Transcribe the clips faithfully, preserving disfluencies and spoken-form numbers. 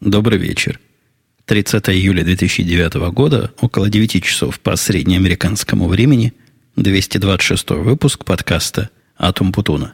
Добрый вечер. тридцатое июля две тысячи девятого года, около девяти часов по среднеамериканскому времени, двести двадцать шестой выпуск подкаста от Умпутуна.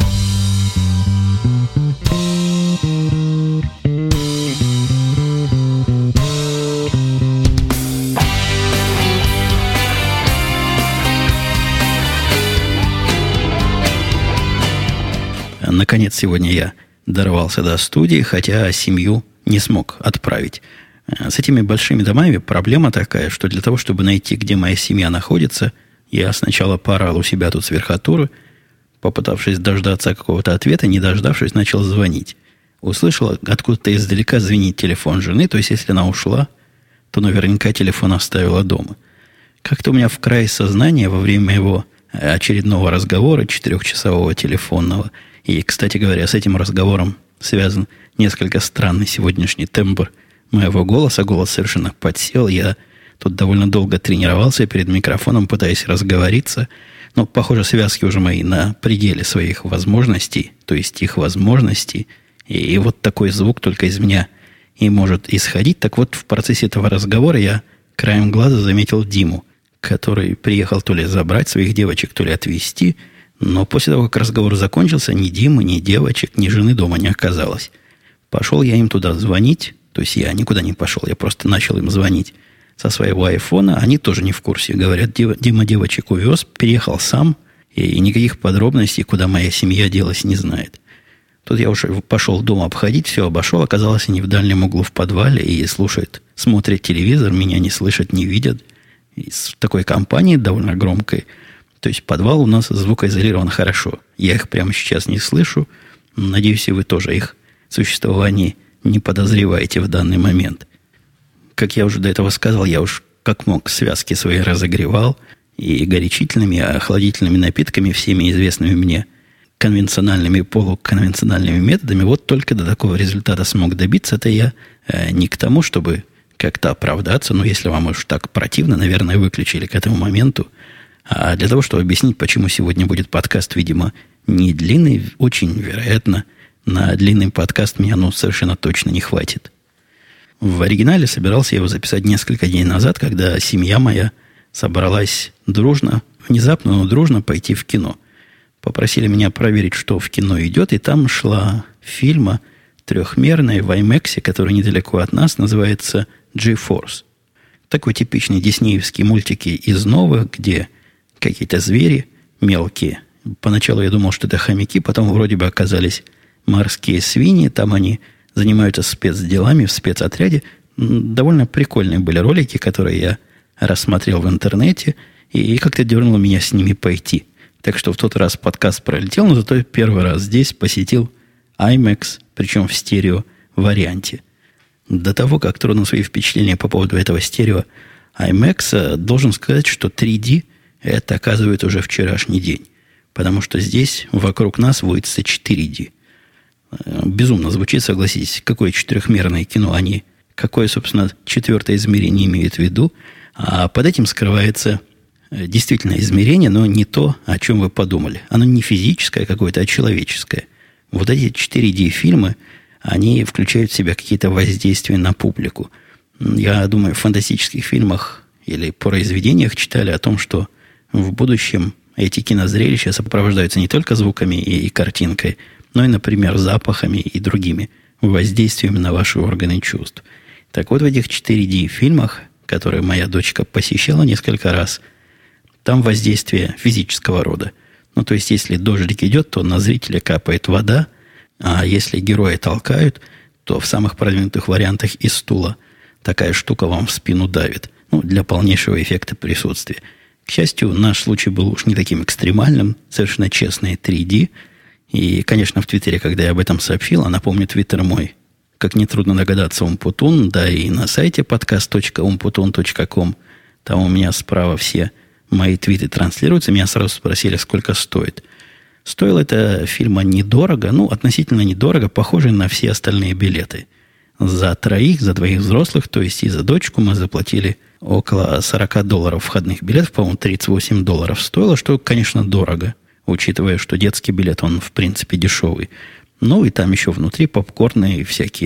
Наконец, сегодня я дорвался до студии, хотя семью не смог отправить. С этими большими домами проблема такая, что для того, чтобы найти, где моя семья находится, я сначала поорал у себя тут с верхотуры, попытавшись дождаться какого-то ответа, не дождавшись, начал звонить. Услышал, откуда-то издалека звенит телефон жены, то есть, если она ушла, то наверняка телефон оставила дома. Как-то у меня в крае сознания во время моего очередного разговора, четырехчасового телефонного, и, кстати говоря, с этим разговором связан несколько странный сегодняшний тембр моего голоса. Голос совершенно подсел. Я тут довольно долго тренировался перед микрофоном, пытаясь разговориться. Но, похоже, связки уже мои на пределе своих возможностей, то есть их возможностей. И, и вот такой звук только из меня и может исходить. Так вот, в процессе этого разговора я краем глаза заметил Диму, который приехал то ли забрать своих девочек, то ли отвезти. Но после того, как разговор закончился, ни Димы, ни девочек, ни жены дома не оказалось. Пошел я им туда звонить. То есть я никуда не пошел, я просто начал им звонить со своего айфона. Они тоже не в курсе. Говорят, Дима девочек увез, переехал сам. И никаких подробностей, куда моя семья делась, не знает. Тут я уже пошел дом обходить, все обошел. Оказалось, они в дальнем углу в подвале и слушают, смотрят телевизор, меня не слышат, не видят. Из такой компании довольно громкой. То есть подвал у нас звукоизолирован хорошо. Я их прямо сейчас не слышу. Надеюсь, и вы тоже их существовании не подозреваете в данный момент. Как я уже до этого сказал, я уж как мог связки свои разогревал. И горячительными, и охладительными напитками, всеми известными мне конвенциональными и полуконвенциональными методами. Вот только до такого результата смог добиться. Это я э, не к тому, чтобы как-то оправдаться. Но если вам уж так противно, наверное, выключили к этому моменту. А для того, чтобы объяснить, почему сегодня будет подкаст, видимо, не длинный, очень вероятно, на длинный подкаст меня ну, совершенно точно не хватит. В оригинале собирался я его записать несколько дней назад, когда семья моя собралась дружно, внезапно, но дружно пойти в кино. Попросили меня проверить, что в кино идет, и там шла фильма трехмерная в IMAX, которая недалеко от нас, называется G-Force. Такой типичный диснеевский мультики из новых, где какие-то звери мелкие. Поначалу я думал, что это хомяки, потом вроде бы оказались морские свиньи. Там они занимаются спецделами в спецотряде. Довольно прикольные были ролики, которые я рассмотрел в интернете, и как-то дернуло меня с ними пойти. Так что в тот раз подкаст пролетел, но зато первый раз здесь посетил IMAX, причем в стерео варианте. До того, как трону свои впечатления по поводу этого стерео IMAX, должен сказать, что три ди это оказывает уже вчерашний день. Потому что здесь вокруг нас водится четыре ди. Безумно звучит, согласитесь. Какое четырехмерное кино они, какое, собственно, четвертое измерение имеют в виду. А под этим скрывается действительно измерение, но не то, о чем вы подумали. Оно не физическое какое-то, а человеческое. Вот эти четыре ди фильмы, они включают в себя какие-то воздействия на публику. Я думаю, в фантастических фильмах или произведениях читали о том, что в будущем эти кинозрелища сопровождаются не только звуками и, и картинкой, но и, например, запахами и другими воздействиями на ваши органы чувств. Так вот, в этих четыре ди фильмах, которые моя дочка посещала несколько раз, там воздействие физического рода. Ну, то есть, если дождик идет, то на зрителя капает вода, а если герои толкают, то в самых продвинутых вариантах из стула такая штука вам в спину давит. Ну, для полнейшего эффекта присутствия. К счастью, наш случай был уж не таким экстремальным, совершенно честные три ди. И, конечно, в Твиттере, когда я об этом сообщил, а напомню, Твиттер мой, как нетрудно догадаться, Умпутун, да и на сайте подкаст точка умпутун точка ком, там у меня справа все мои твиты транслируются, меня сразу спросили, сколько стоит. Стоило это фильма недорого, ну, относительно недорого, похоже на все остальные билеты. За троих, за двоих взрослых, то есть и за дочку мы заплатили около сорок долларов входных билетов, по-моему, тридцать восемь долларов стоило, что, конечно, дорого, учитывая, что детский билет, он, в принципе, дешевый. Ну, и там еще внутри попкорны и всякие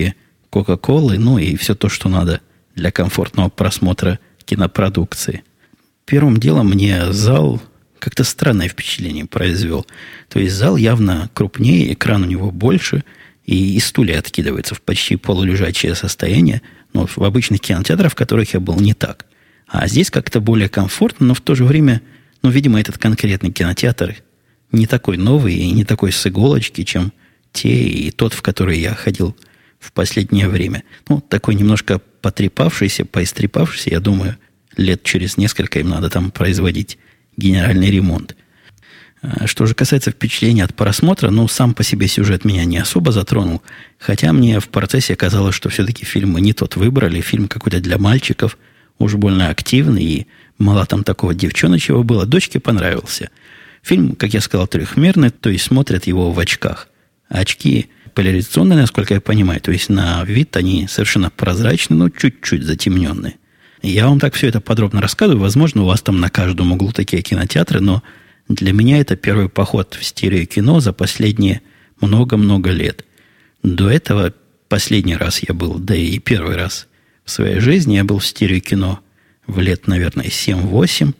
Кока-Колы, ну и все то, что надо для комфортного просмотра кинопродукции. Первым делом мне зал как-то странное впечатление произвел. То есть зал явно крупнее, экран у него больше, и, и стулья откидываются в почти полулежачее состояние. Но в обычных кинотеатрах, в которых я был, не так. А здесь как-то более комфортно, но в то же время, ну, видимо, этот конкретный кинотеатр не такой новый и не такой с иголочки, чем те и тот, в который я ходил в последнее время. Ну, такой немножко потрепавшийся, поистрепавшийся, я думаю, лет через несколько им надо там производить генеральный ремонт. Что же касается впечатления от просмотра, ну, сам по себе сюжет меня не особо затронул, хотя мне в процессе казалось, что все-таки фильм мы не тот выбрали, фильм какой-то для мальчиков, уж больно активный, и мало там такого девчоночего было. Дочке понравился. Фильм, как я сказал, трехмерный, то есть смотрят его в очках. Очки поляризационные, насколько я понимаю, то есть на вид они совершенно прозрачные, но чуть-чуть затемненные. Я вам так все это подробно рассказываю. Возможно, у вас там на каждом углу такие кинотеатры, но для меня это первый поход в стереокино за последние много-много лет. До этого последний раз я был, да и первый раз в своей жизни я был в стереокино в лет, наверное, семь-восемь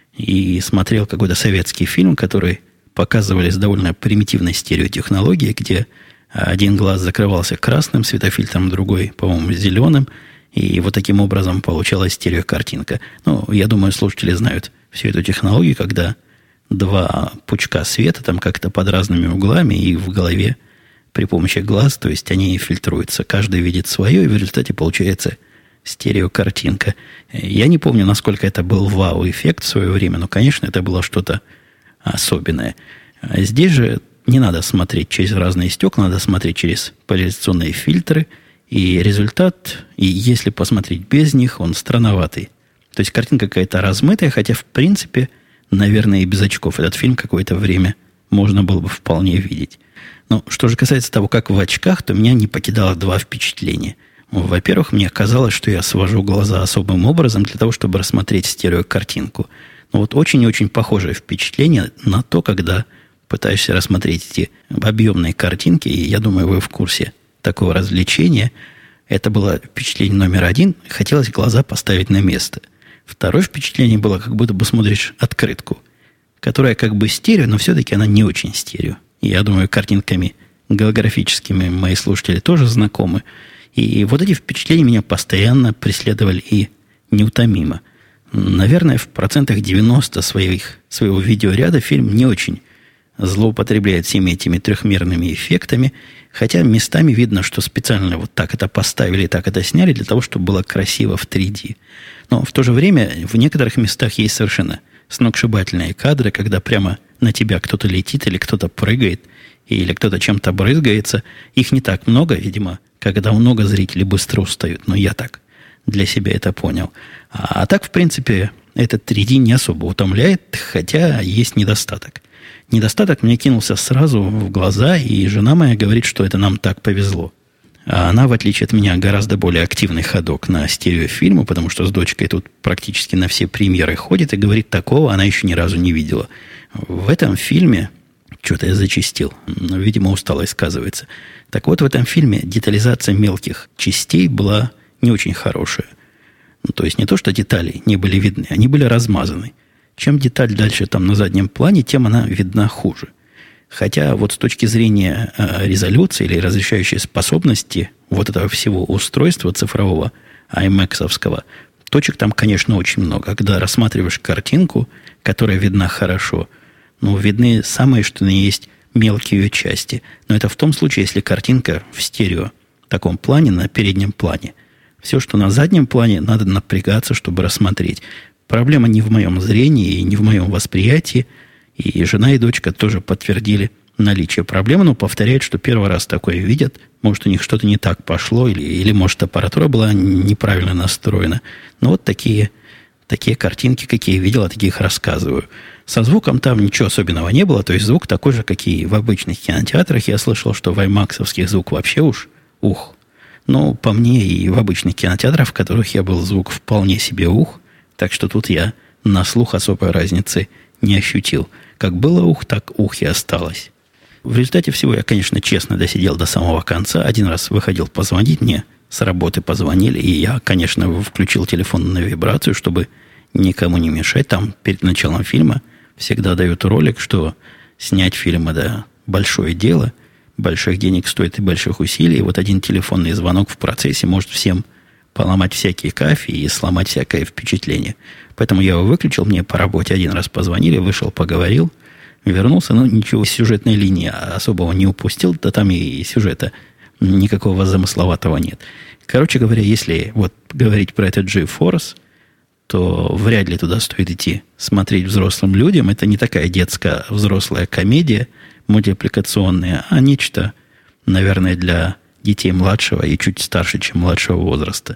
и смотрел какой-то советский фильм, который показывали с довольно примитивной стереотехнологией, где один глаз закрывался красным светофильтром, другой, по-моему, зеленым, и вот таким образом получалась стереокартинка. Ну, я думаю, слушатели знают всю эту технологию, когда два пучка света там как-то под разными углами и в голове при помощи глаз, то есть они фильтруются. Каждый видит свое, и в результате получается стереокартинка. Я не помню, насколько это был вау-эффект в свое время, но, конечно, это было что-то особенное. Здесь же не надо смотреть через разные стекла, надо смотреть через поляризационные фильтры, и результат, и если посмотреть без них, он странноватый. То есть картинка какая-то размытая, хотя, в принципе, наверное, и без очков этот фильм какое-то время можно было бы вполне видеть. Но что же касается того, как в очках, то меня не покидало два впечатления. Во-первых, мне казалось, что я свожу глаза особым образом для того, чтобы рассмотреть стереокартинку. Но вот очень и очень похожее впечатление на то, когда пытаешься рассмотреть эти объемные картинки, и я думаю, вы в курсе такого развлечения. Это было впечатление номер один. Хотелось глаза поставить на место. Второе впечатление было, как будто бы смотришь открытку, которая как бы стерео, но все-таки она не очень стерео. И я думаю, картинками голографическими мои слушатели тоже знакомы. И вот эти впечатления меня постоянно преследовали и неутомимо. Наверное, в процентах девяносто своих, своего видеоряда фильм не очень злоупотребляет всеми этими трехмерными эффектами, хотя местами видно, что специально вот так это поставили, так это сняли, для того, чтобы было красиво в три дэ. Но в то же время в некоторых местах есть совершенно сногсшибательные кадры, когда прямо на тебя кто-то летит или кто-то прыгает, или кто-то чем-то брызгается. Их не так много, видимо, когда много зрителей быстро устают. Но я так для себя это понял. А, а так, в принципе, этот три дэ не особо утомляет, хотя есть недостаток. Недостаток мне кинулся сразу в глаза, и жена моя говорит, что это нам так повезло. А она, в отличие от меня, гораздо более активный ходок на стереофильмы, потому что с дочкой тут практически на все премьеры ходит, и говорит, такого она еще ни разу не видела. В этом фильме, что-то я зачастил, но, видимо, усталость сказывается. Так вот, в этом фильме детализация мелких частей была не очень хорошая. Ну, то есть не то, что детали не были видны, они были размазаны. Чем деталь дальше там на заднем плане, тем она видна хуже. Хотя вот с точки зрения э, резолюции или разрешающей способности вот этого всего устройства цифрового, аймэксовского, точек там, конечно, очень много. Когда рассматриваешь картинку, которая видна хорошо, ну, видны самые, что ни есть, мелкие ее части. Но это в том случае, если картинка в стерео таком плане, на переднем плане. Все, что на заднем плане, надо напрягаться, чтобы рассмотреть. Проблема не в моем зрении и не в моем восприятии. И жена и дочка тоже подтвердили наличие проблемы, но повторяют, что первый раз такое видят. Может, у них что-то не так пошло, или, или может, аппаратура была неправильно настроена. Но вот такие, такие картинки, какие видел, таких рассказываю. Со звуком там ничего особенного не было. То есть звук такой же, как и в обычных кинотеатрах. Я слышал, что в аймаксовских звук вообще уж ух. Но по мне и в обычных кинотеатрах, в которых я был, звук вполне себе ух. Так что тут я на слух особой разницы не ощутил. Как было ух, так ух и осталось. В результате всего я, конечно, честно досидел до самого конца. Один раз выходил позвонить мне с работы позвонили, и я, конечно, включил телефон на вибрацию, чтобы никому не мешать. Там перед началом фильма всегда дают ролик, что снять фильм – это большое дело, больших денег стоит и больших усилий. И вот один телефонный звонок в процессе может всем поломать всякие кафе и сломать всякое впечатление. Поэтому я его выключил, мне по работе один раз позвонили, вышел, поговорил, вернулся, но ничего сюжетной линии особого не упустил, да там и сюжета никакого замысловатого нет. Короче говоря, если вот говорить про этот GeForce, то вряд ли туда стоит идти смотреть взрослым людям. Это не такая детская взрослая комедия мультипликационная, а нечто, наверное, для детей младшего и чуть старше, чем младшего возраста.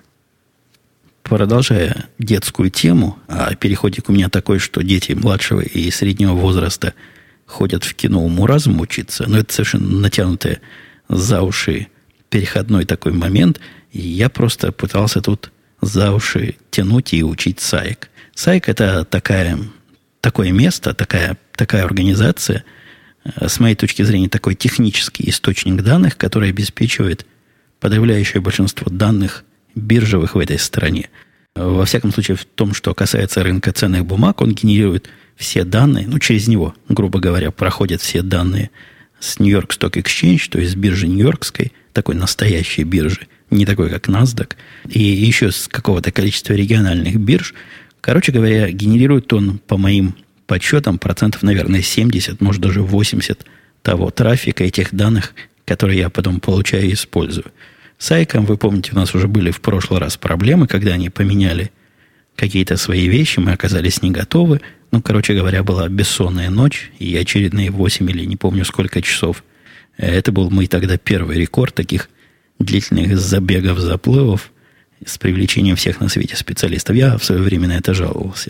Продолжая детскую тему, а переходик у меня такой, что дети младшего и среднего возраста ходят в кино уму-разуму учиться, но это совершенно натянутое за уши переходной такой момент, и я просто пытался тут за уши тянуть и учить САИК. САИК – это такая, такое место, такая, такая организация, с моей точки зрения, такой технический источник данных, который обеспечивает подавляющее большинство данных биржевых в этой стране. Во всяком случае, в том, что касается рынка ценных бумаг, он генерирует все данные, ну, через него, грубо говоря, проходят все данные с Нью-Йорк Stock Exchange, то есть с биржи нью-йоркской, такой настоящей биржи, не такой, как NASDAQ, и еще с какого-то количества региональных бирж. Короче говоря, генерирует он, по моим подсчетам, процентов, наверное, семьдесят, может, даже восемьдесят того трафика, этих данных, которые я потом получаю и использую. С АИКом, вы помните, у нас уже были в прошлый раз проблемы, когда они поменяли какие-то свои вещи, мы оказались не готовы. Ну, короче говоря, была бессонная ночь, и очередные восемь или не помню сколько часов. Это был мой тогда первый рекорд таких длительных забегов, заплывов с привлечением всех на свете специалистов. Я в свое время на это жаловался.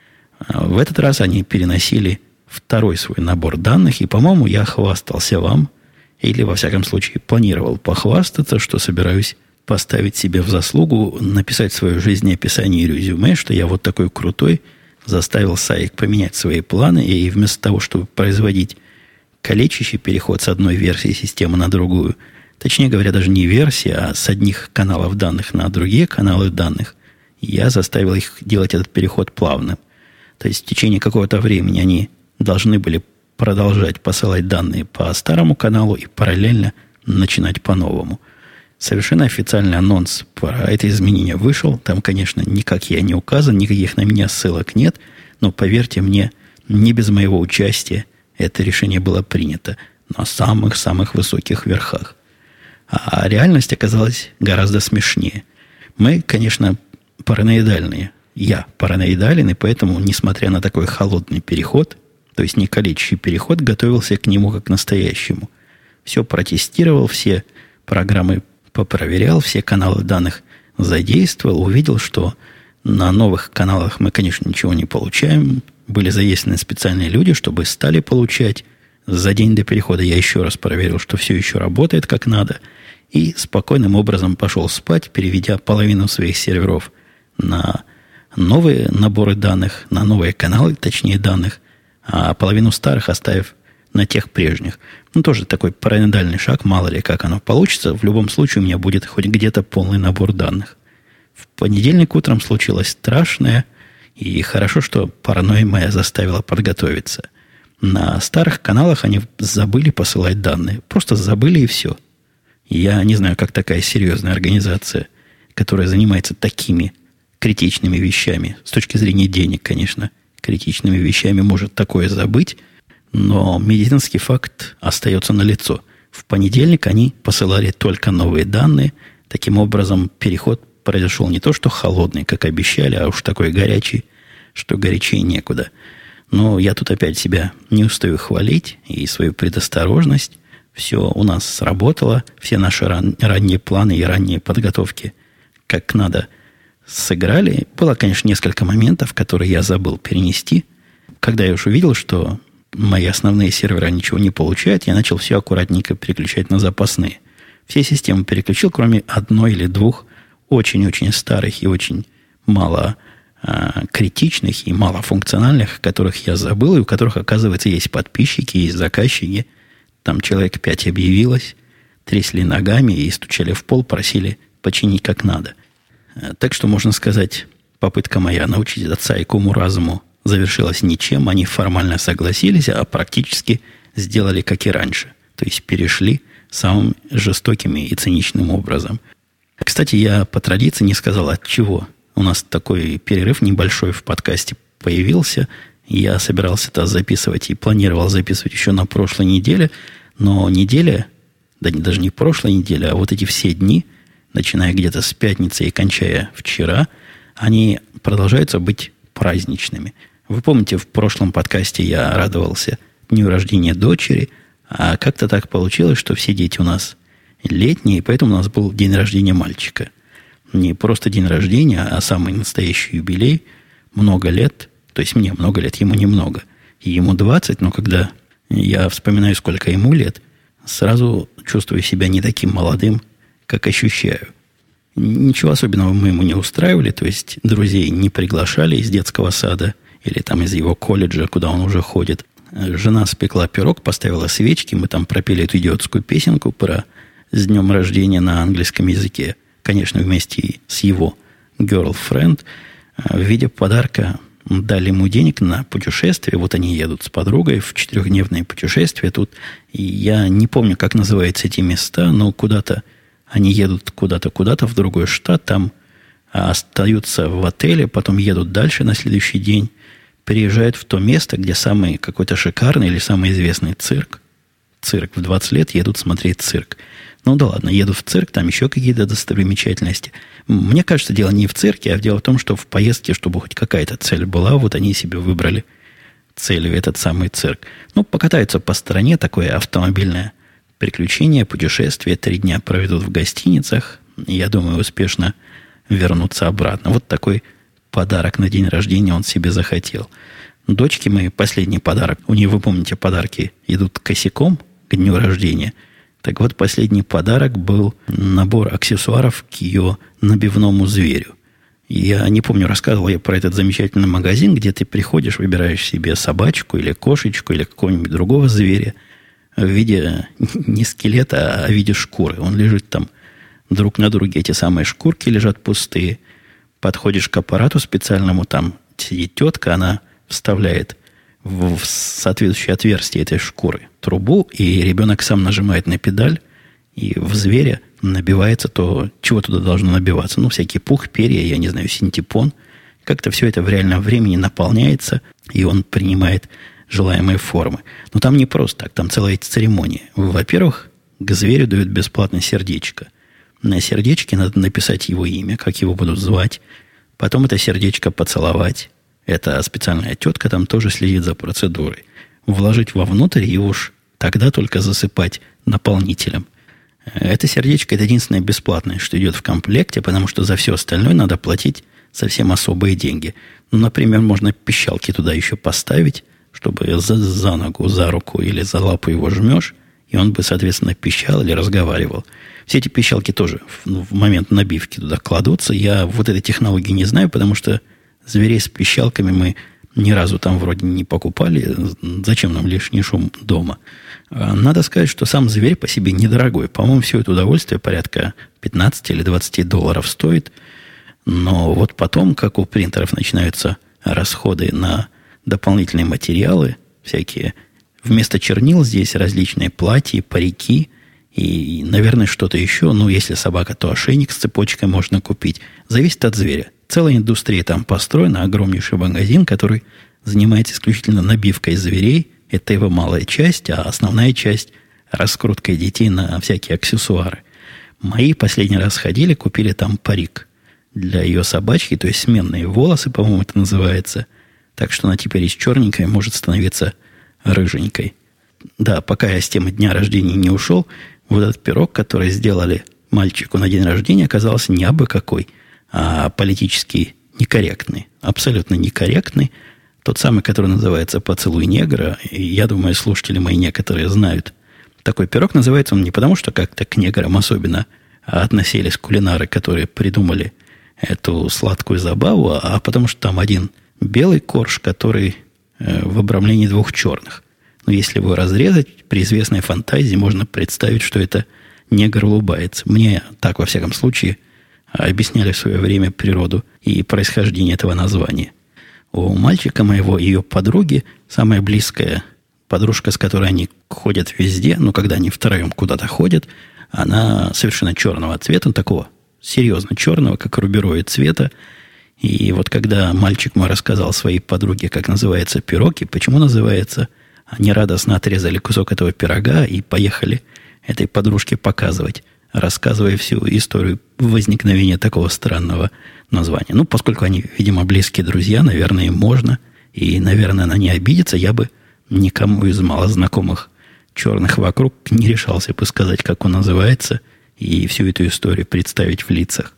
В этот раз они переносили второй свой набор данных, и, по-моему, я хвастался вам, или, во всяком случае, планировал похвастаться, что собираюсь поставить себе в заслугу, написать свое жизнеописание и резюме, что я вот такой крутой, заставил САИК поменять свои планы, и вместо того, чтобы производить калечащий переход с одной версии системы на другую, точнее говоря, даже не версии, а с одних каналов данных на другие каналы данных, я заставил их делать этот переход плавным. То есть в течение какого-то времени они должны были продолжать посылать данные по старому каналу и параллельно начинать по новому. Совершенно официальный анонс про это изменение вышел. Там, конечно, никак я не указан, никаких на меня ссылок нет, но, поверьте мне, не без моего участия это решение было принято на самых-самых высоких верхах. А реальность оказалась гораздо смешнее. Мы, конечно, параноидальные. Я параноидален, и поэтому, несмотря на такой холодный переход, то есть не калечащий переход, готовился к нему как к настоящему. Все протестировал, все программы попроверял, все каналы данных задействовал, увидел, что на новых каналах мы, конечно, ничего не получаем. Были задействованы специальные люди, чтобы стали получать. За день до перехода я еще раз проверил, что все еще работает как надо. И спокойным образом пошел спать, переведя половину своих серверов на новые наборы данных, на новые каналы, точнее данных, а половину старых оставив на тех прежних. Ну, тоже такой параноидальный шаг, мало ли как оно получится. В любом случае у меня будет хоть где-то полный набор данных. В понедельник утром случилось страшное, и хорошо, что паранойя моя заставила подготовиться. На старых каналах они забыли посылать данные. Просто забыли и все. Я не знаю, как такая серьезная организация, которая занимается такими критичными вещами, с точки зрения денег, конечно, критичными вещами может такое забыть, но медицинский факт остается налицо. В понедельник они посылали только новые данные. Таким образом, переход произошел не то, что холодный, как обещали, а уж такой горячий, что горячее некуда. Но я тут опять себя не устаю хвалить и свою предосторожность. Все у нас сработало, все наши ран, ранние планы и ранние подготовки как надо сыграли. Было, конечно, несколько моментов, которые я забыл перенести. Когда я уж увидел, что мои основные сервера ничего не получают, я начал все аккуратненько переключать на запасные. Все системы переключил, кроме одной или двух очень-очень старых и очень мало а, критичных и малофункциональных, которых я забыл, и у которых, оказывается, есть подписчики, есть заказчики. Там человек пять объявилось, трясли ногами и стучали в пол, просили починить как надо. Так что, можно сказать, попытка моя научить отца и куму разуму завершилась ничем. Они формально согласились, а практически сделали, как и раньше. То есть перешли самым жестоким и циничным образом. Кстати, я по традиции не сказал, от чего у нас такой перерыв небольшой в подкасте появился. Я собирался это записывать и планировал записывать еще на прошлой неделе. Но неделя, да даже не прошлой неделя, а вот эти все дни, начиная где-то с пятницы и кончая вчера, они продолжаются быть праздничными. Вы помните, в прошлом подкасте я радовался дню рождения дочери, а как-то так получилось, что все дети у нас летние, и поэтому у нас был день рождения мальчика. Не просто день рождения, а самый настоящий юбилей. Много лет, то есть мне много лет, ему немного. И ему двадцать, но когда я вспоминаю, сколько ему лет, сразу чувствую себя не таким молодым, как ощущаю. Ничего особенного мы ему не устраивали, то есть друзей не приглашали из детского сада или там из его колледжа, куда он уже ходит. Жена спекла пирог, поставила свечки, мы там пропели эту идиотскую песенку про «С днем рождения» на английском языке. Конечно, вместе с его girlfriend. В виде подарка дали ему денег на путешествие. Вот они едут с подругой в четырехдневное путешествие. Тут я не помню, как называются эти места, но куда-то они едут куда-то, куда-то в другой штат, там остаются в отеле, потом едут дальше на следующий день, приезжают в то место, где самый какой-то шикарный или самый известный цирк. Цирк в двадцать лет едут смотреть цирк. Ну да ладно, едут в цирк, там еще какие-то достопримечательности. Мне кажется, дело не в цирке, а дело в том, что в поездке, чтобы хоть какая-то цель была, вот они себе выбрали целью этот самый цирк. Ну, покатаются по стране, такое автомобильное приключение, путешествие, три дня проведут в гостиницах, и, я думаю, успешно вернуться обратно. Вот такой подарок на день рождения он себе захотел. Дочке мы последний подарок, у нее, вы помните, подарки идут косяком к дню рождения. Так вот, последний подарок был набор аксессуаров к ее набивному зверю. Я не помню, рассказывал я про этот замечательный магазин, где ты приходишь, выбираешь себе собачку или кошечку или какого-нибудь другого зверя в виде не скелета, а в виде шкуры. Он лежит там друг на друге, эти самые шкурки лежат пустые. Подходишь к аппарату специальному, там сидит тетка, она вставляет в соответствующее отверстие этой шкуры трубу, и ребенок сам нажимает на педаль, и в зверя набивается то, чего туда должно набиваться. Ну, всякий пух, перья, я не знаю, синтепон. Как-то все это в реальном времени наполняется, и он принимает желаемые формы. Но там не просто так, там целая церемония. Во-первых, к зверю дают бесплатно сердечко. На сердечке надо написать его имя, как его будут звать. Потом это сердечко поцеловать. Эта специальная тетка там тоже следит за процедурой. Вложить вовнутрь и уж тогда только засыпать наполнителем. Это сердечко – это единственное бесплатное, что идет в комплекте, потому что за все остальное надо платить совсем особые деньги. Ну, например, можно пищалки туда еще поставить, чтобы за, за ногу, за руку или за лапу его жмешь, и он бы, соответственно, пищал или разговаривал. Все эти пищалки тоже в, в момент набивки туда кладутся. Я вот этой технологии не знаю, потому что зверей с пищалками мы ни разу там вроде не покупали. Зачем нам лишний шум дома? Надо сказать, что сам зверь по себе недорогой. По-моему, все это удовольствие порядка пятнадцать или двадцать долларов стоит. Но вот потом, как у принтеров начинаются расходы на дополнительные материалы, всякие, вместо чернил здесь различные платья, парики и, наверное, что-то еще. Ну, если собака, то ошейник с цепочкой можно купить. Зависит от зверя. Целая индустрия там построена, огромнейший магазин, который занимается исключительно набивкой зверей. Это его малая часть, а основная часть – раскруткой детей на всякие аксессуары. Мои последний раз ходили, купили там парик для ее собачки, то есть сменные волосы, по-моему, это называется. Так что она теперь из черненькой может становиться рыженькой. Да, пока я с темы дня рождения не ушел, вот этот пирог, который сделали мальчику на день рождения, оказался не абы какой, а политически некорректный. Абсолютно некорректный. Тот самый, который называется «Поцелуй негра». И я думаю, слушатели мои некоторые знают. Такой пирог называется он не потому, что как-то к неграм особенно относились кулинары, которые придумали эту сладкую забаву, а потому что там один белый корж, который в обрамлении двух черных. Но если его разрезать, при известной фантазии можно представить, что это негр улыбается. Мне так, во всяком случае, объясняли в свое время природу и происхождение этого названия. У мальчика моего и ее подруги, самая близкая подружка, с которой они ходят везде, но когда они втроем куда-то ходят, она совершенно черного цвета, такого серьезно черного, как рубероид цвета. И вот когда мальчик мой рассказал своей подруге, как называется пирог и почему называется, они радостно отрезали кусок этого пирога и поехали этой подружке показывать, рассказывая всю историю возникновения такого странного названия. Ну, поскольку они, видимо, близкие друзья, наверное, им можно. И, наверное, она не обидится. Я бы никому из малознакомых черных вокруг не решался бы сказать, как он называется, и всю эту историю представить в лицах.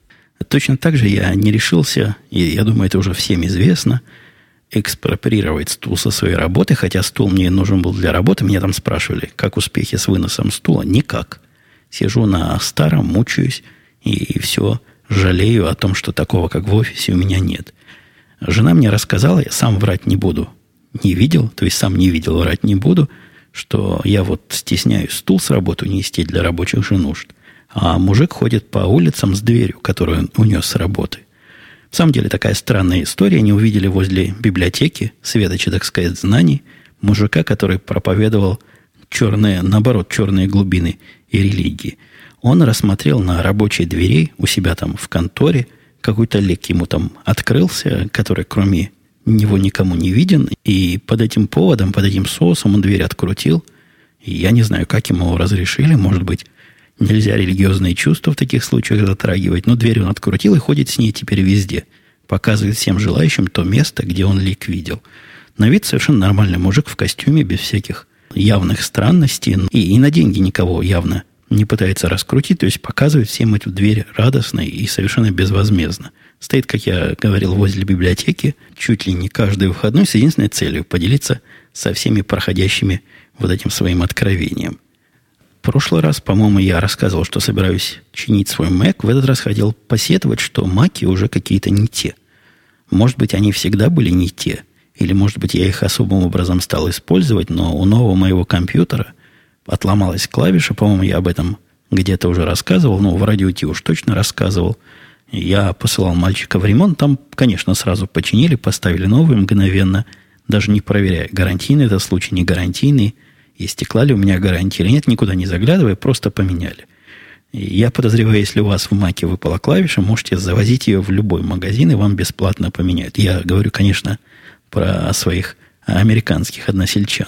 Точно так же я не решился, и я думаю, это уже всем известно, экспроприировать стул со своей работы, хотя стул мне нужен был для работы. Меня там спрашивали, как успехи с выносом стула. Никак. Сижу на старом, мучаюсь, и все жалею о том, что такого, как в офисе, у меня нет. Жена мне рассказала, я сам врать не буду. Не видел, то есть сам не видел, врать не буду, что я вот стесняюсь стул с работы нести для рабочих же нужд. А мужик ходит по улицам с дверью, которую он унес с работы. В самом деле такая странная история. Они увидели возле библиотеки, светоча, так сказать, знаний, мужика, который проповедовал черные, наоборот, черные глубины и религии. Он рассмотрел на рабочей двери у себя там в конторе, какой-то лек ему там открылся, который кроме него никому не виден, и под этим поводом, под этим соусом он дверь открутил. И я не знаю, как ему разрешили, может быть, нельзя религиозные чувства в таких случаях затрагивать, но дверь он открутил и ходит с ней теперь везде. Показывает всем желающим то место, где он лик видел. На вид совершенно нормальный мужик в костюме, без всяких явных странностей. И, и на деньги никого явно не пытается раскрутить, то есть показывает всем эту дверь радостно и совершенно безвозмездно. Стоит, как я говорил, возле библиотеки, чуть ли не каждый выходной, с единственной целью поделиться со всеми проходящими вот этим своим откровением. В прошлый раз, по-моему, я рассказывал, что собираюсь чинить свой Mac. В этот раз хотел посетовать, что Mac'и уже какие-то не те. Может быть, они всегда были не те. Или, может быть, я их особым образом стал использовать, но у нового моего компьютера отломалась клавиша. По-моему, я об этом где-то уже рассказывал. Ну, в радио Ти уж точно рассказывал. Я посылал мальчика в ремонт. Там, конечно, сразу починили, поставили новую мгновенно, даже не проверяя, гарантийный это случай, не гарантийный. И стекла ли у меня гарантия или нет, никуда не заглядывая, просто поменяли. И я подозреваю, если у вас в Маке выпала клавиша, можете завозить ее в любой магазин, и вам бесплатно поменяют. Я говорю, конечно, про своих американских односельчан.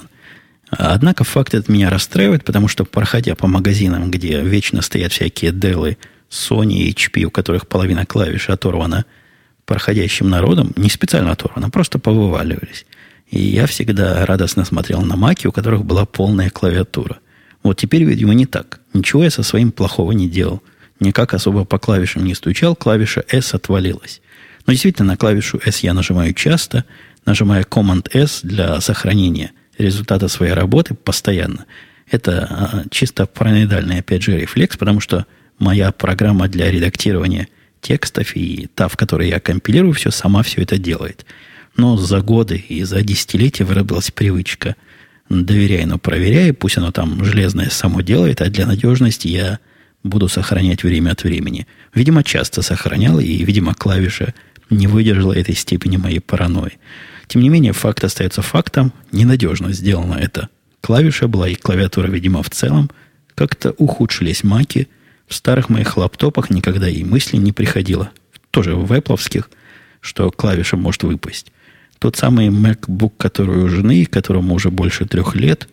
Однако факт этот меня расстраивает, потому что, проходя по магазинам, где вечно стоят всякие Dell, Sony и эйч пи, у которых половина клавиш оторвана проходящим народом, не специально оторвана, просто повываливались. И я всегда радостно смотрел на маки, у которых была полная клавиатура. Вот теперь, видимо, не так. Ничего я со своим плохого не делал. Никак особо по клавишам не стучал, клавиша S отвалилась. Но действительно, на клавишу S я нажимаю часто, нажимаю Command-S для сохранения результата своей работы постоянно. Это а, чисто параноидальный, опять же, рефлекс, потому что моя программа для редактирования текстов и та, в которой я компилирую, все сама все это делает. Но за годы и за десятилетия выработалась привычка. Доверяй, но проверяй, пусть оно там железное само делает, а для надежности я буду сохранять время от времени. Видимо, часто сохранял, и, видимо, клавиша не выдержала этой степени моей паранойи. Тем не менее, факт остается фактом. Ненадежно сделана эта клавиша была, и клавиатура, видимо, в целом. Как-то ухудшились маки. В старых моих лаптопах никогда и мысли не приходило. Тоже в эппловских, что клавиша может выпасть. Тот самый MacBook, который у жены, которому уже больше трех лет,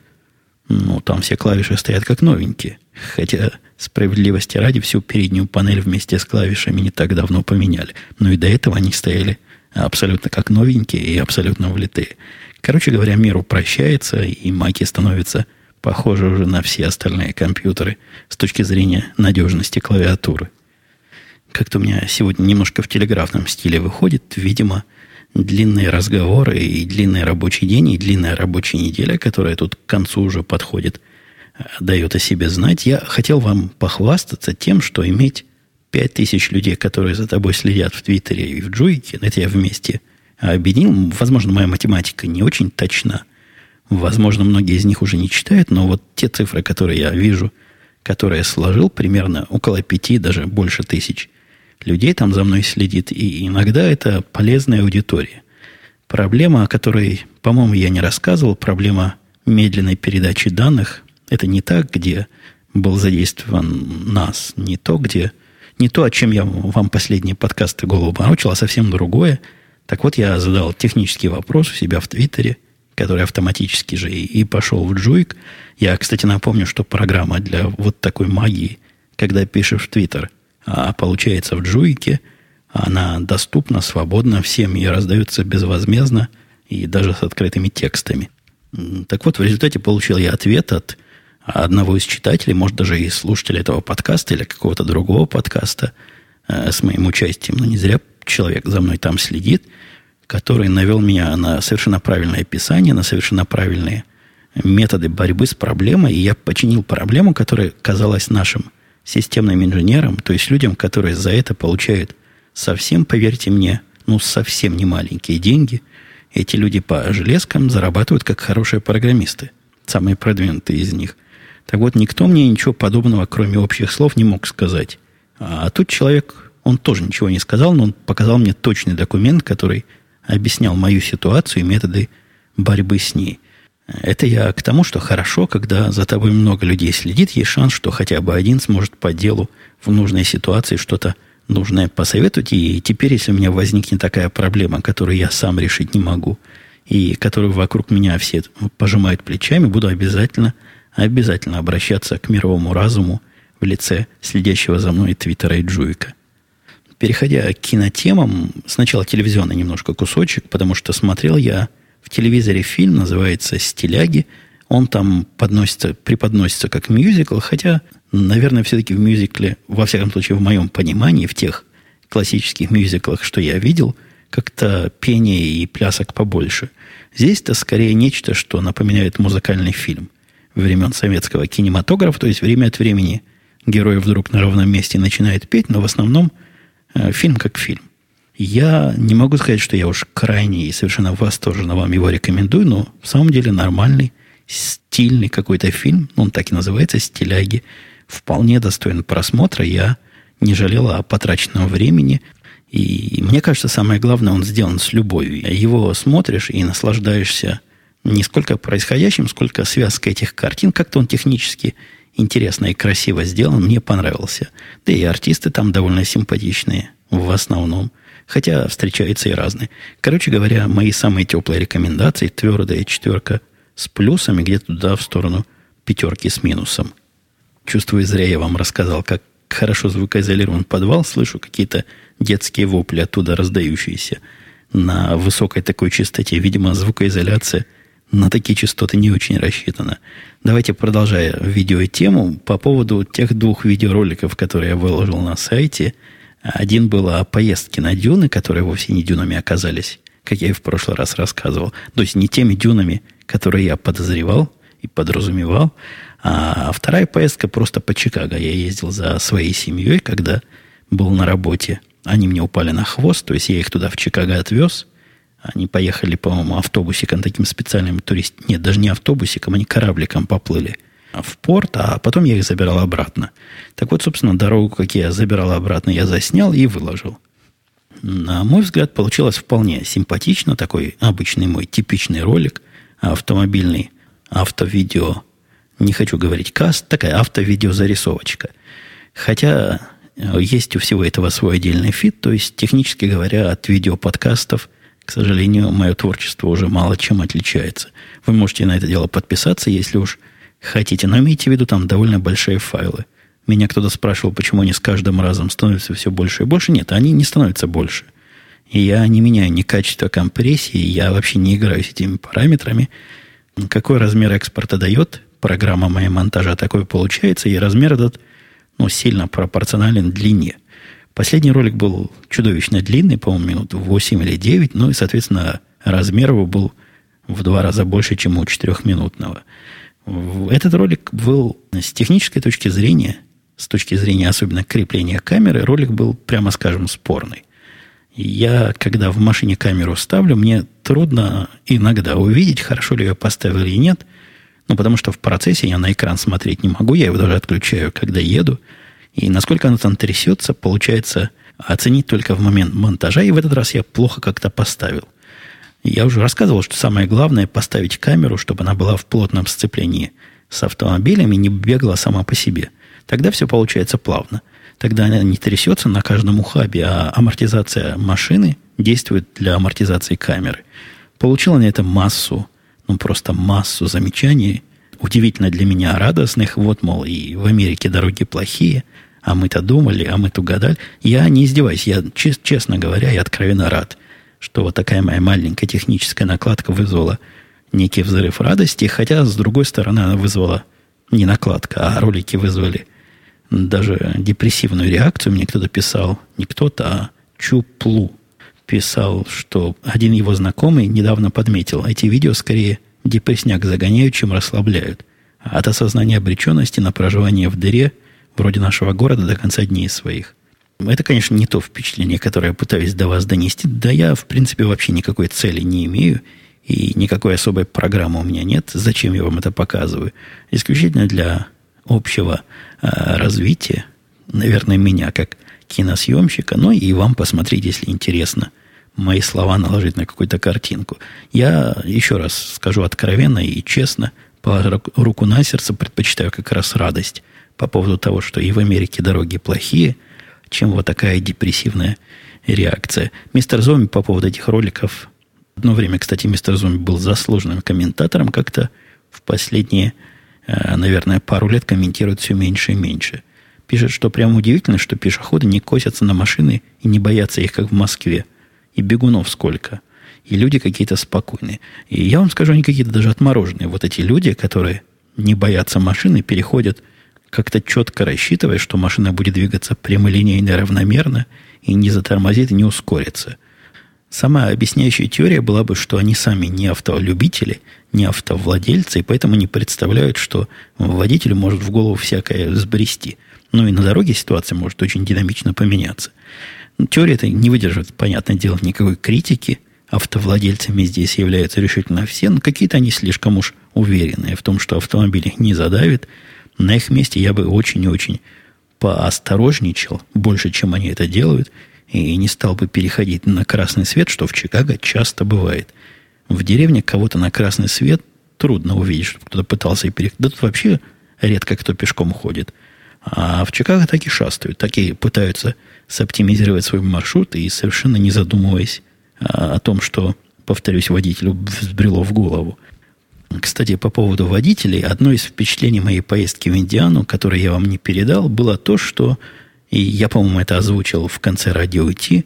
ну, там все клавиши стоят как новенькие. Хотя, справедливости ради, всю переднюю панель вместе с клавишами не так давно поменяли. Но и до этого они стояли абсолютно как новенькие и абсолютно влитые. Короче говоря, мир упрощается, и маки становятся похожи уже на все остальные компьютеры с точки зрения надежности клавиатуры. Как-то у меня сегодня немножко в телеграфном стиле выходит, видимо, длинные разговоры и длинный рабочий день, и длинная рабочая неделя, которая тут к концу уже подходит, дает о себе знать. Я хотел вам похвастаться тем, что иметь пять тысяч людей, которые за тобой следят в Твиттере и в Джуике, это я вместе объединил. Возможно, моя математика не очень точна. Возможно, многие из них уже не читают, но вот те цифры, которые я вижу, которые я сложил, примерно около пяти, даже больше тысяч людей там за мной следит, и иногда это полезная аудитория. Проблема, о которой, по-моему, я не рассказывал, проблема медленной передачи данных, это не так, где был задействован нас, не то, где, не то, о чем я вам последние подкасты голову морочил, а совсем другое. Так вот, я задал технический вопрос у себя в Твиттере, который автоматически же и, и пошел в Джуик. Я, кстати, напомню, что программа для вот такой магии, когда пишешь в Твиттер, а получается в Джуике, она доступна свободно всем и раздается безвозмездно и даже с открытыми текстами. Так вот, в результате получил я ответ от одного из читателей, может, даже и слушателя этого подкаста или какого-то другого подкаста э, с моим участием. Но не зря человек за мной там следит, который навел меня на совершенно правильное описание, на совершенно правильные методы борьбы с проблемой. И я починил проблему, которая казалась нашим системным инженерам, то есть людям, которые за это получают совсем, поверьте мне, ну, совсем не маленькие деньги. Эти люди по железкам зарабатывают как хорошие программисты, самые продвинутые из них. Так вот, никто мне ничего подобного, кроме общих слов, не мог сказать. А тут человек, он тоже ничего не сказал, но он показал мне точный документ, который объяснял мою ситуацию и методы борьбы с ней. Это я к тому, что хорошо, когда за тобой много людей следит, есть шанс, что хотя бы один сможет по делу в нужной ситуации что-то нужное посоветовать. И теперь, если у меня возникнет такая проблема, которую я сам решить не могу, и которую вокруг меня все пожимают плечами, буду обязательно, обязательно обращаться к мировому разуму в лице следящего за мной Твиттера и Джуика. Переходя к кинотемам, сначала телевизионный немножко кусочек, потому что смотрел я в телевизоре фильм, называется «Стиляги». Он там подносится, преподносится как мюзикл, хотя, наверное, все-таки в мюзикле, во всяком случае, в моем понимании, в тех классических мюзиклах, что я видел, как-то пения и плясок побольше. Здесь-то скорее нечто, что напоминает музыкальный фильм времен советского кинематографа, то есть время от времени герой вдруг на ровном месте начинает петь, но в основном э, фильм как фильм. Я не могу сказать, что я уж крайне и совершенно восторженно вам его рекомендую, но в самом деле нормальный, стильный какой-то фильм, он так и называется, «Стиляги», вполне достоин просмотра. Я не жалел о потраченном времени. И мне кажется, самое главное, он сделан с любовью. Его смотришь и наслаждаешься не сколько происходящим, сколько связкой этих картин. Как-то он технически интересно и красиво сделан. Мне понравился. Да и артисты там довольно симпатичные в основном. Хотя встречаются и разные. Короче говоря, мои самые теплые рекомендации. Твердая четверка с плюсами, где-то туда в сторону пятерки с минусом. Чувствую, зря я вам рассказал, как хорошо звукоизолирован подвал. Слышу какие-то детские вопли оттуда раздающиеся на высокой такой частоте. Видимо, звукоизоляция на такие частоты не очень рассчитана. Давайте, продолжая видеотему, по поводу тех двух видеороликов, которые я выложил на сайте. Один был о поездке на дюны, которые вовсе не дюнами оказались, как я и в прошлый раз рассказывал. То есть не теми дюнами, которые я подозревал и подразумевал. А вторая поездка просто по Чикаго. Я ездил за своей семьей, когда был на работе. Они мне упали на хвост, то есть я их туда в Чикаго отвез. Они поехали, по-моему, автобусиком, таким специальным турист... Нет, даже не автобусиком, они корабликом поплыли в порт, а потом я их забирал обратно. Так вот, собственно, дорогу, как я забирал обратно, я заснял и выложил. На мой взгляд, получилось вполне симпатично. Такой обычный мой типичный ролик, автомобильный, авто-видео, не хочу говорить каст, такая авто-видео-зарисовочка. Хотя есть у всего этого свой отдельный фид, то есть, технически говоря, от видеоподкастов, к сожалению, мое творчество уже мало чем отличается. Вы можете на это дело подписаться, если уж хотите, но имейте в виду, там довольно большие файлы. Меня кто-то спрашивал, почему они с каждым разом становятся все больше и больше. Нет, они не становятся больше. И я не меняю ни качество компрессии, я вообще не играю с этими параметрами. Какой размер экспорта дает программа моей монтажа, такой получается, и размер этот, ну, сильно пропорционален длине. Последний ролик был чудовищно длинный, по-моему, минут восемь или девять, ну и, соответственно, размер его был в два раза больше, чем у четырехминутного. Этот ролик был с технической точки зрения, с точки зрения особенно крепления камеры, ролик был, прямо скажем, спорный. Я, когда в машине камеру ставлю, мне трудно иногда увидеть, хорошо ли я поставил или нет, ну, потому что в процессе я на экран смотреть не могу, я его даже отключаю, когда еду. И насколько оно там трясется, получается, оценить только в момент монтажа, и в этот раз я плохо как-то поставил. Я уже рассказывал, что самое главное поставить камеру, чтобы она была в плотном сцеплении с автомобилем и не бегала сама по себе. Тогда все получается плавно. Тогда она не трясется на каждом ухабе, а амортизация машины действует для амортизации камеры. Получила на это массу, ну просто массу замечаний, удивительно для меня радостных. Вот, мол, и в Америке дороги плохие, а мы-то думали, а мы-то гадали. Я не издеваюсь, я, честно говоря, я откровенно рад, что вот такая моя маленькая техническая накладка вызвала некий взрыв радости, хотя, с другой стороны, она вызвала не накладка, а ролики вызвали даже депрессивную реакцию. Мне кто-то писал, не кто-то, а Чуплу писал, что один его знакомый недавно подметил, эти видео скорее депрессняк загоняют, чем расслабляют. От осознания обреченности на проживание в дыре вроде нашего города до конца дней своих. Это, конечно, не то впечатление, которое я пытаюсь до вас донести. Да я, в принципе, вообще никакой цели не имею. И никакой особой программы у меня нет. Зачем я вам это показываю? Исключительно для общего э, развития, наверное, меня как киносъемщика, но и вам посмотреть, если интересно, мои слова наложить на какую-то картинку. Я, еще раз скажу откровенно и честно, положа руку на сердце, предпочитаю как раз радость по поводу того, что и в Америке дороги плохие, чем вот такая депрессивная реакция. Мистер Зомби по поводу этих роликов... Одно время, кстати, мистер Зомби был заслуженным комментатором, как-то в последние, наверное, пару лет комментирует все меньше и меньше. Пишет, что прямо удивительно, что пешеходы не косятся на машины и не боятся их, как в Москве. И бегунов сколько. И люди какие-то спокойные. И я вам скажу, они какие-то даже отмороженные. Вот эти люди, которые не боятся машины, переходят, как-то четко рассчитывая, что машина будет двигаться прямолинейно, равномерно, и не затормозит, и не ускорится. Сама объясняющая теория была бы, что они сами не автолюбители, не автовладельцы, и поэтому не представляют, что водителю может в голову всякое сбрести. Ну и на дороге ситуация может очень динамично поменяться. Теория это не выдерживает, понятное дело, никакой критики. Автовладельцами здесь являются решительно все, но какие-то они слишком уж уверенные в том, что автомобиль их не задавит. На их месте я бы очень и очень поосторожничал, больше, чем они это делают, и не стал бы переходить на красный свет, что в Чикаго часто бывает. В деревне кого-то на красный свет трудно увидеть, чтобы кто-то пытался переходить. Да тут вообще редко кто пешком ходит. А в Чикаго так и шастают, так и пытаются соптимизировать свой маршрут, и совершенно не задумываясь а, о том, что, повторюсь, водителю взбрело в голову. Кстати, по поводу водителей, одно из впечатлений моей поездки в Индиану, которое я вам не передал, было то, что, и я, по-моему, это озвучил в конце радио Ти,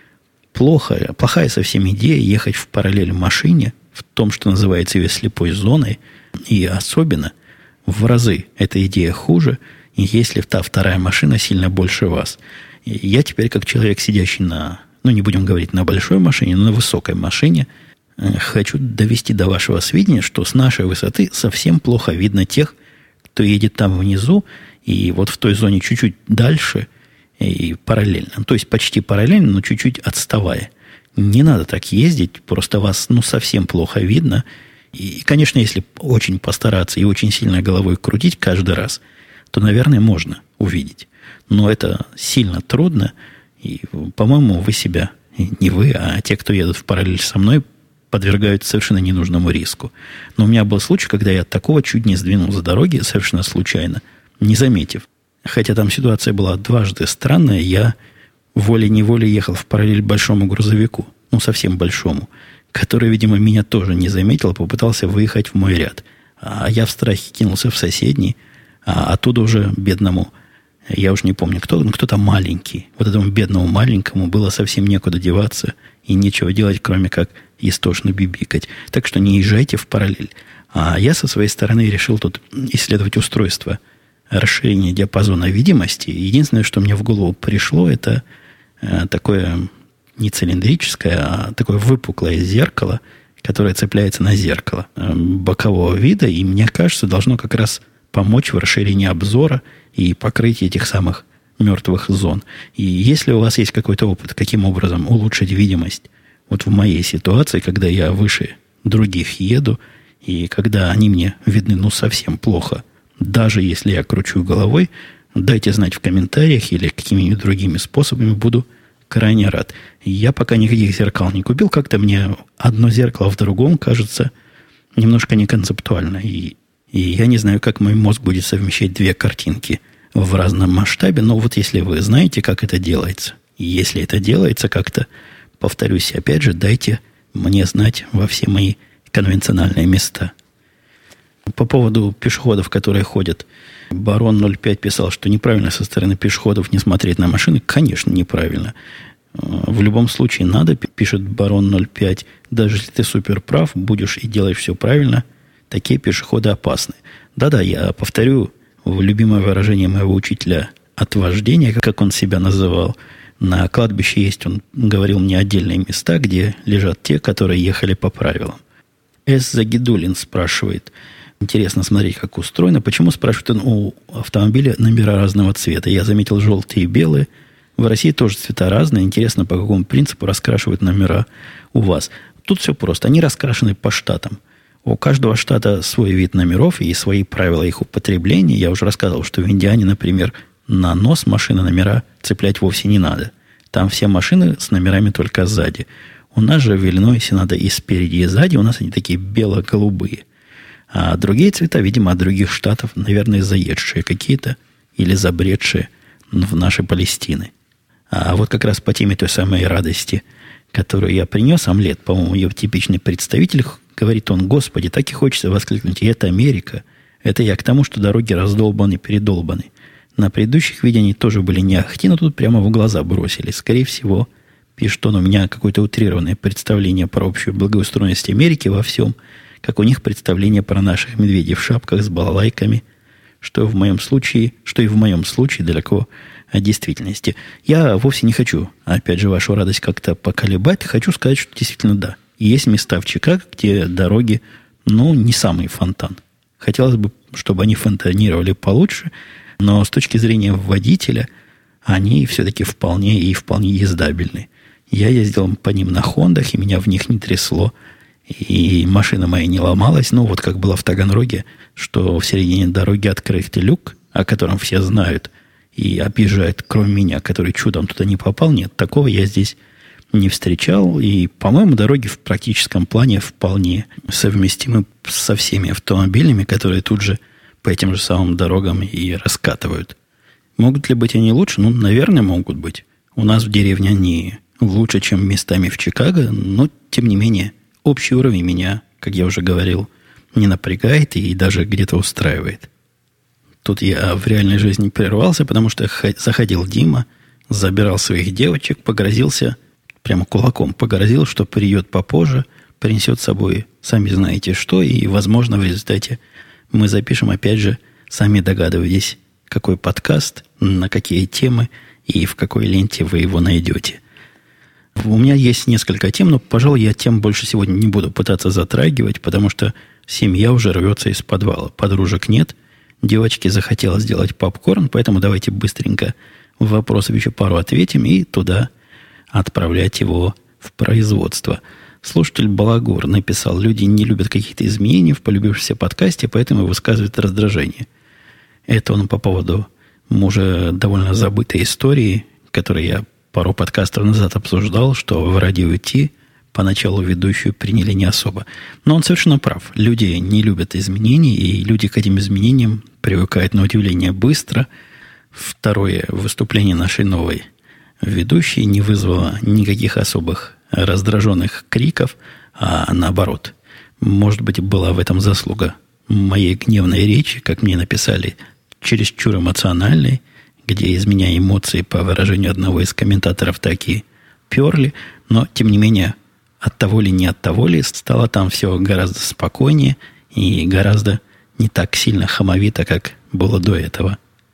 плохая, плохая совсем идея ехать в параллель машине, в том, что называется ее слепой зоной, и особенно в разы эта идея хуже, если та вторая машина сильно больше вас. И я теперь, как человек, сидящий на, ну, не будем говорить на большой машине, но на высокой машине, хочу довести до вашего сведения, что с нашей высоты совсем плохо видно тех, кто едет там внизу, и вот в той зоне чуть-чуть дальше и параллельно. То есть почти параллельно, но чуть-чуть отставая. Не надо так ездить, просто вас ну, совсем плохо видно. И, конечно, если очень постараться и очень сильно головой крутить каждый раз, то, наверное, можно увидеть. Но это сильно трудно, и, по-моему, вы себя, не вы, а те, кто едут в параллель со мной, подвергают совершенно ненужному риску. Но у меня был случай, когда я такого чуть не сдвинул за дороги, совершенно случайно, не заметив. Хотя там ситуация была дважды странная, я волей-неволей ехал в параллель большому грузовику, ну, совсем большому, который, видимо, меня тоже не заметил, попытался выехать в мой ряд. А я в страхе кинулся в соседний, а оттуда уже бедному, я уж не помню, кто, ну, кто-то маленький. Вот этому бедному маленькому было совсем некуда деваться и нечего делать, кроме как истошно бибикать. Так что не езжайте в параллель. А я со своей стороны решил тут исследовать устройство расширения диапазона видимости. Единственное, что мне в голову пришло, это э, такое не цилиндрическое, а такое выпуклое зеркало, которое цепляется на зеркало э, бокового вида, и, мне кажется, должно как раз помочь в расширении обзора и покрытии этих самых мертвых зон. И если у вас есть какой-то опыт, каким образом улучшить видимость, вот в моей ситуации, когда я выше других еду, и когда они мне видны ну совсем плохо, даже если я кручу головой, дайте знать в комментариях или какими-нибудь другими способами, буду крайне рад. Я пока никаких зеркал не купил. Как-то мне одно зеркало в другом кажется немножко неконцептуально. И, и я не знаю, как мой мозг будет совмещать две картинки в разном масштабе. Но вот если вы знаете, как это делается, и если это делается как-то, повторюсь, опять же, дайте мне знать во все мои конвенциональные места. По поводу пешеходов, которые ходят, Барон ноль пять писал, что неправильно со стороны пешеходов не смотреть на машины. Конечно, неправильно. В любом случае надо, пишет Барон ноль пять, даже если ты суперправ, будешь и делаешь все правильно, такие пешеходы опасны. Да-да, я повторю любимое выражение моего учителя от вождения, как он себя называл. На кладбище есть, он говорил мне, отдельные места, где лежат те, которые ехали по правилам. С. Загидулин спрашивает. Интересно смотреть, как устроено. Почему, спрашивает он, у автомобиля номера разного цвета? Я заметил желтые и белые. В России тоже цвета разные. Интересно, по какому принципу раскрашивают номера у вас. Тут все просто. Они раскрашены по штатам. У каждого штата свой вид номеров и свои правила их употребления. Я уже рассказывал, что в Индиане, например, на нос машины номера цеплять вовсе не надо. Там все машины с номерами только сзади. У нас же в Иллинойсе надо и спереди, и сзади. У нас они такие бело-голубые. А другие цвета, видимо, от других штатов, наверное, заедшие какие-то или забредшие в наши Палестины. А вот как раз по теме той самой радости, которую я принес, омлет, по-моему, ее типичный представитель, говорит он, господи, так и хочется воскликнуть, и это Америка. Это я к тому, что дороги раздолбаны, передолбаны. На предыдущих видео тоже были не ахти, но тут прямо в глаза бросили. Скорее всего, пишет он, у меня какое-то утрированное представление про общую благоустроенность Америки во всем, как у них представление про наших медведей в шапках с балалайками, что в моем случае, что и в моем случае далеко от действительности. Я вовсе не хочу, опять же, вашу радость как-то поколебать. Хочу сказать, что действительно да. Есть места в Чикаго, где дороги, ну, не самый фонтан. Хотелось бы, чтобы они фонтанировали получше, но с точки зрения водителя они все-таки вполне и вполне ездабельны. Я ездил по ним на Хондах, и меня в них не трясло. И машина моя не ломалась. Ну, вот как было в Таганроге, что в середине дороги открытый люк, о котором все знают, и объезжают, кроме меня, который чудом туда не попал. Нет, такого я здесь не встречал. И, по-моему, дороги в практическом плане вполне совместимы со всеми автомобилями, которые тут же по этим же самым дорогам и раскатывают. Могут ли быть они лучше? Ну, наверное, могут быть. У нас в деревне они лучше, чем местами в Чикаго, но, тем не менее, общий уровень меня, как я уже говорил, не напрягает и даже где-то устраивает. Тут я в реальной жизни прервался, потому что заходил Дима, забирал своих девочек, погрозился, прямо кулаком погрозил, что придет попозже, принесет с собой, сами знаете что, и, возможно, в результате мы запишем, опять же, сами догадываетесь, какой подкаст, на какие темы и в какой ленте вы его найдете. У меня есть несколько тем, но, пожалуй, я тем больше сегодня не буду пытаться затрагивать, потому что семья уже рвется из подвала. Подружек нет. Девочке захотелось сделать попкорн, поэтому давайте быстренько вопросов еще пару ответим и туда отправлять его в производство. Слушатель Балагур написал, люди не любят каких-то изменений в полюбившемся подкасте, поэтому высказывают раздражение. Это он по поводу уже довольно забытой истории, которую я пару подкастов назад обсуждал, что в радио Ти поначалу ведущую приняли не особо. Но он совершенно прав. Люди не любят изменений, и люди к этим изменениям привыкают на удивление быстро. Второе выступление нашей новой ведущей не вызвало никаких особых раздраженных криков, а наоборот. Может быть, была в этом заслуга моей гневной речи, как мне написали, чересчур эмоциональной, где из меня эмоции, по выражению одного из комментаторов, так и перли, но, тем не менее, от того ли не от того ли, стало там все гораздо спокойнее и гораздо не так сильно хамовито, как было до этого.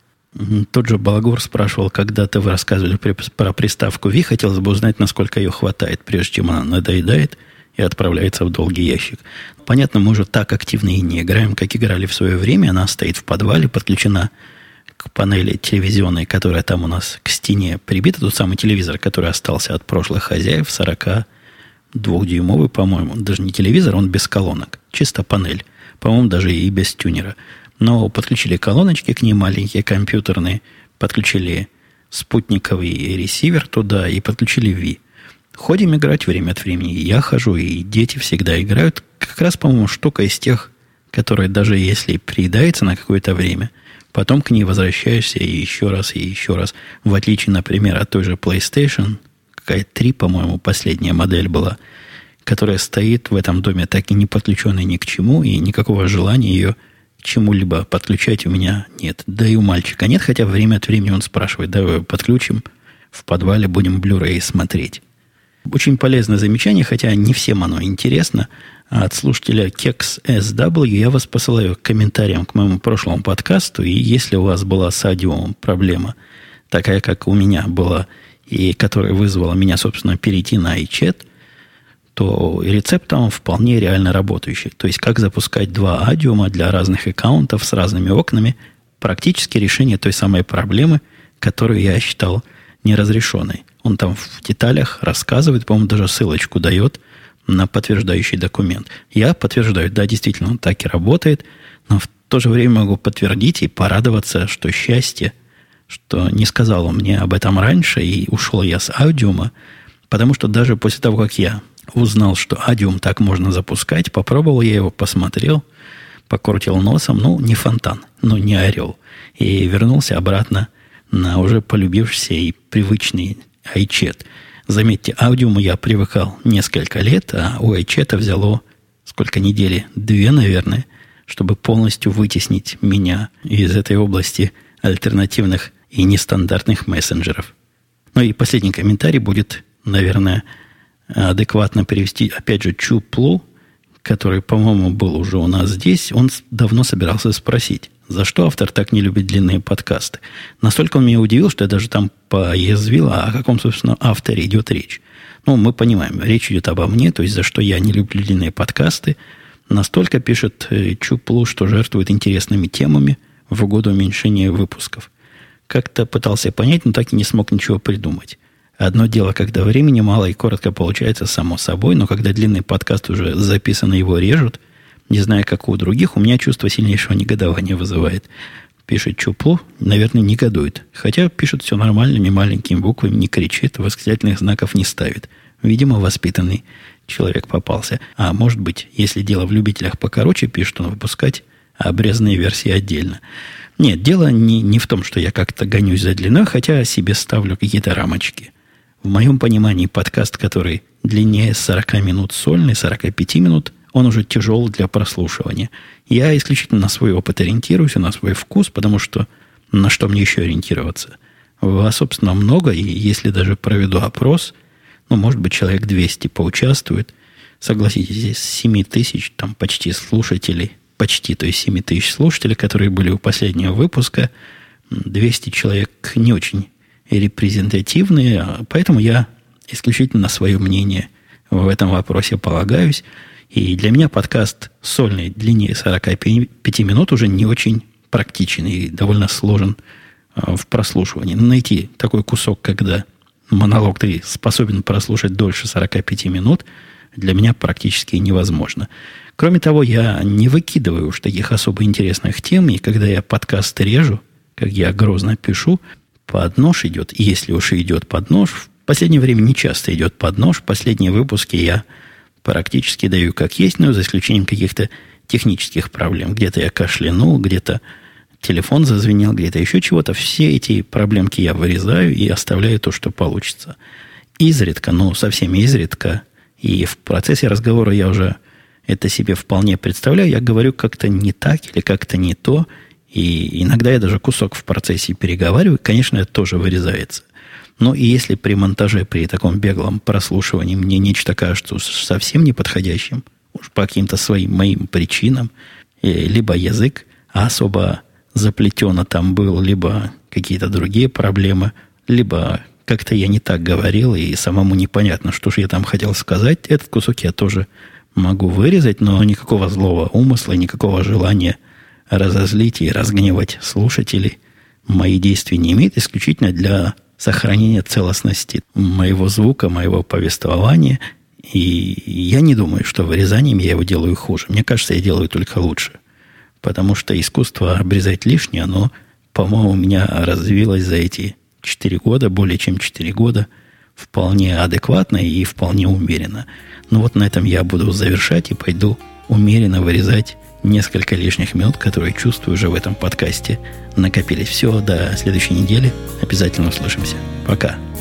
Тот же Балагур спрашивал, когда-то вы рассказывали про приставку Ви, хотелось бы узнать, насколько ее хватает, прежде чем она надоедает и отправляется в долгий ящик. Понятно, мы уже так активно и не играем, как играли в свое время. Она стоит в подвале, подключена к панели телевизионной, которая там у нас к стене прибита. Тот самый телевизор, который остался от прошлых хозяев, сорокадвухдюймовый, по-моему. Даже не телевизор, он без колонок. Чисто панель. По-моему, даже и без тюнера. Но подключили колоночки к ней, маленькие, компьютерные. Подключили спутниковый ресивер туда и подключили Ви. Ходим играть время от времени. Я хожу, и дети всегда играют. Как раз, по-моему, штука из тех, которая даже если приедается на какое-то время, потом к ней возвращаешься и еще раз, и еще раз. В отличие, например, от той же PlayStation, какая-то три, по-моему, последняя модель была, которая стоит в этом доме так и не подключенной ни к чему, и никакого желания ее к чему-либо подключать у меня нет. Да и у мальчика нет, хотя время от времени он спрашивает, давай подключим в подвале, будем Blu-ray смотреть. Очень полезное замечание, хотя не всем оно интересно. От слушателя Кекс эс дабл ю я вас посылаю к комментариям к моему прошлому подкасту. И если у вас была с аудио проблема, такая, как у меня была, и которая вызвала меня, собственно, перейти на iChat, то рецепт там вполне реально работающий. То есть, как запускать два аудиума для разных аккаунтов с разными окнами, практически решение той самой проблемы, которую я считал неразрешенной. Он там в деталях рассказывает, по-моему, даже ссылочку дает на подтверждающий документ. Я подтверждаю, да, действительно, он так и работает, но в то же время могу подтвердить и порадоваться, что счастье, что не сказал он мне об этом раньше, и ушел я с аудиума, потому что даже после того, как я узнал, что аудиум так можно запускать, попробовал я его, посмотрел, покрутил носом, ну, не фонтан, ну, не орел, и вернулся обратно на уже полюбившийся и привычный iChat. Заметьте, аудиуму я привыкал несколько лет, а у iChat взяло сколько недели? Две, наверное, чтобы полностью вытеснить меня из этой области альтернативных и нестандартных мессенджеров. Ну и последний комментарий будет, наверное, адекватно перевести, опять же, Чуплу, который, по-моему, был уже у нас здесь. Он давно собирался спросить, за что автор так не любит длинные подкасты. Настолько он меня удивил, что я даже там поязвил, а о каком, собственно, авторе идет речь. Ну, мы понимаем, речь идет обо мне, то есть за что я не люблю длинные подкасты. Настолько пишет Чуплу, что жертвует интересными темами в угоду уменьшения выпусков. Как-то пытался понять, но так и не смог ничего придумать. Одно дело, когда времени мало и коротко получается само собой, но когда длинный подкаст уже записан, его режут, не знаю, как у других, у меня чувство сильнейшего негодования вызывает. Пишет Чуплу, наверное, негодует. Хотя пишет все нормально, не маленькими буквами, не кричит, восклицательных знаков не ставит. Видимо, воспитанный человек попался. А может быть, если дело в любителях покороче, пишет он, выпускать обрезанные версии отдельно. Нет, дело не, не в том, что я как-то гонюсь за длиной, хотя себе ставлю какие-то рамочки. В моем понимании подкаст, который длиннее сорок минут сольный, сорок пять минут, он уже тяжел для прослушивания. Я исключительно на свой опыт ориентируюсь, на свой вкус, потому что на что мне еще ориентироваться? Вас, собственно, много, и если даже проведу опрос, ну, может быть, человек двести поучаствует. Согласитесь, здесь семь тысяч, там почти слушателей, почти, то есть семь тысяч слушателей, которые были у последнего выпуска, двести человек не очень репрезентативные, поэтому я исключительно на свое мнение в этом вопросе полагаюсь. И для меня подкаст сольный длиннее сорок пять минут уже не очень практичен и довольно сложен в прослушивании. Найти такой кусок, когда монолог ты способен прослушать дольше сорок пять минут, для меня практически невозможно. Кроме того, я не выкидываю уж таких особо интересных тем, и когда я подкаст режу, как я грозно пишу, под нож идет, и если уж и идет под нож, в последнее время не часто идет под нож, в последние выпуски я практически даю как есть, но за исключением каких-то технических проблем. Где-то я кашлянул, где-то телефон зазвенел, где-то еще чего-то. Все эти проблемки я вырезаю и оставляю то, что получится. Изредка, ну, совсем изредка, и в процессе разговора я уже это себе вполне представляю, я говорю как-то не так или как-то не то, и иногда я даже кусок в процессе переговариваю, конечно, это тоже вырезается. Но и если при монтаже, при таком беглом прослушивании мне нечто кажется совсем неподходящим, уж по каким-то своим моим причинам, либо язык особо заплетено там был, либо какие-то другие проблемы, либо как-то я не так говорил, и самому непонятно, что же я там хотел сказать, этот кусок я тоже могу вырезать, но никакого злого умысла, никакого желания разозлить и разгневать слушателей мои действия не имеет, исключительно для сохранения целостности моего звука, моего повествования. И я не думаю, что вырезанием я его делаю хуже. Мне кажется, я делаю только лучше. Потому что искусство обрезать лишнее, оно, по-моему, у меня развилось за эти четыре года, более чем четыре года, вполне адекватно и вполне умеренно. Но вот на этом я буду завершать и пойду умеренно вырезать несколько лишних минут, которые, чувствую, уже в этом подкасте накопились. Все, до следующей недели. Обязательно услышимся. Пока.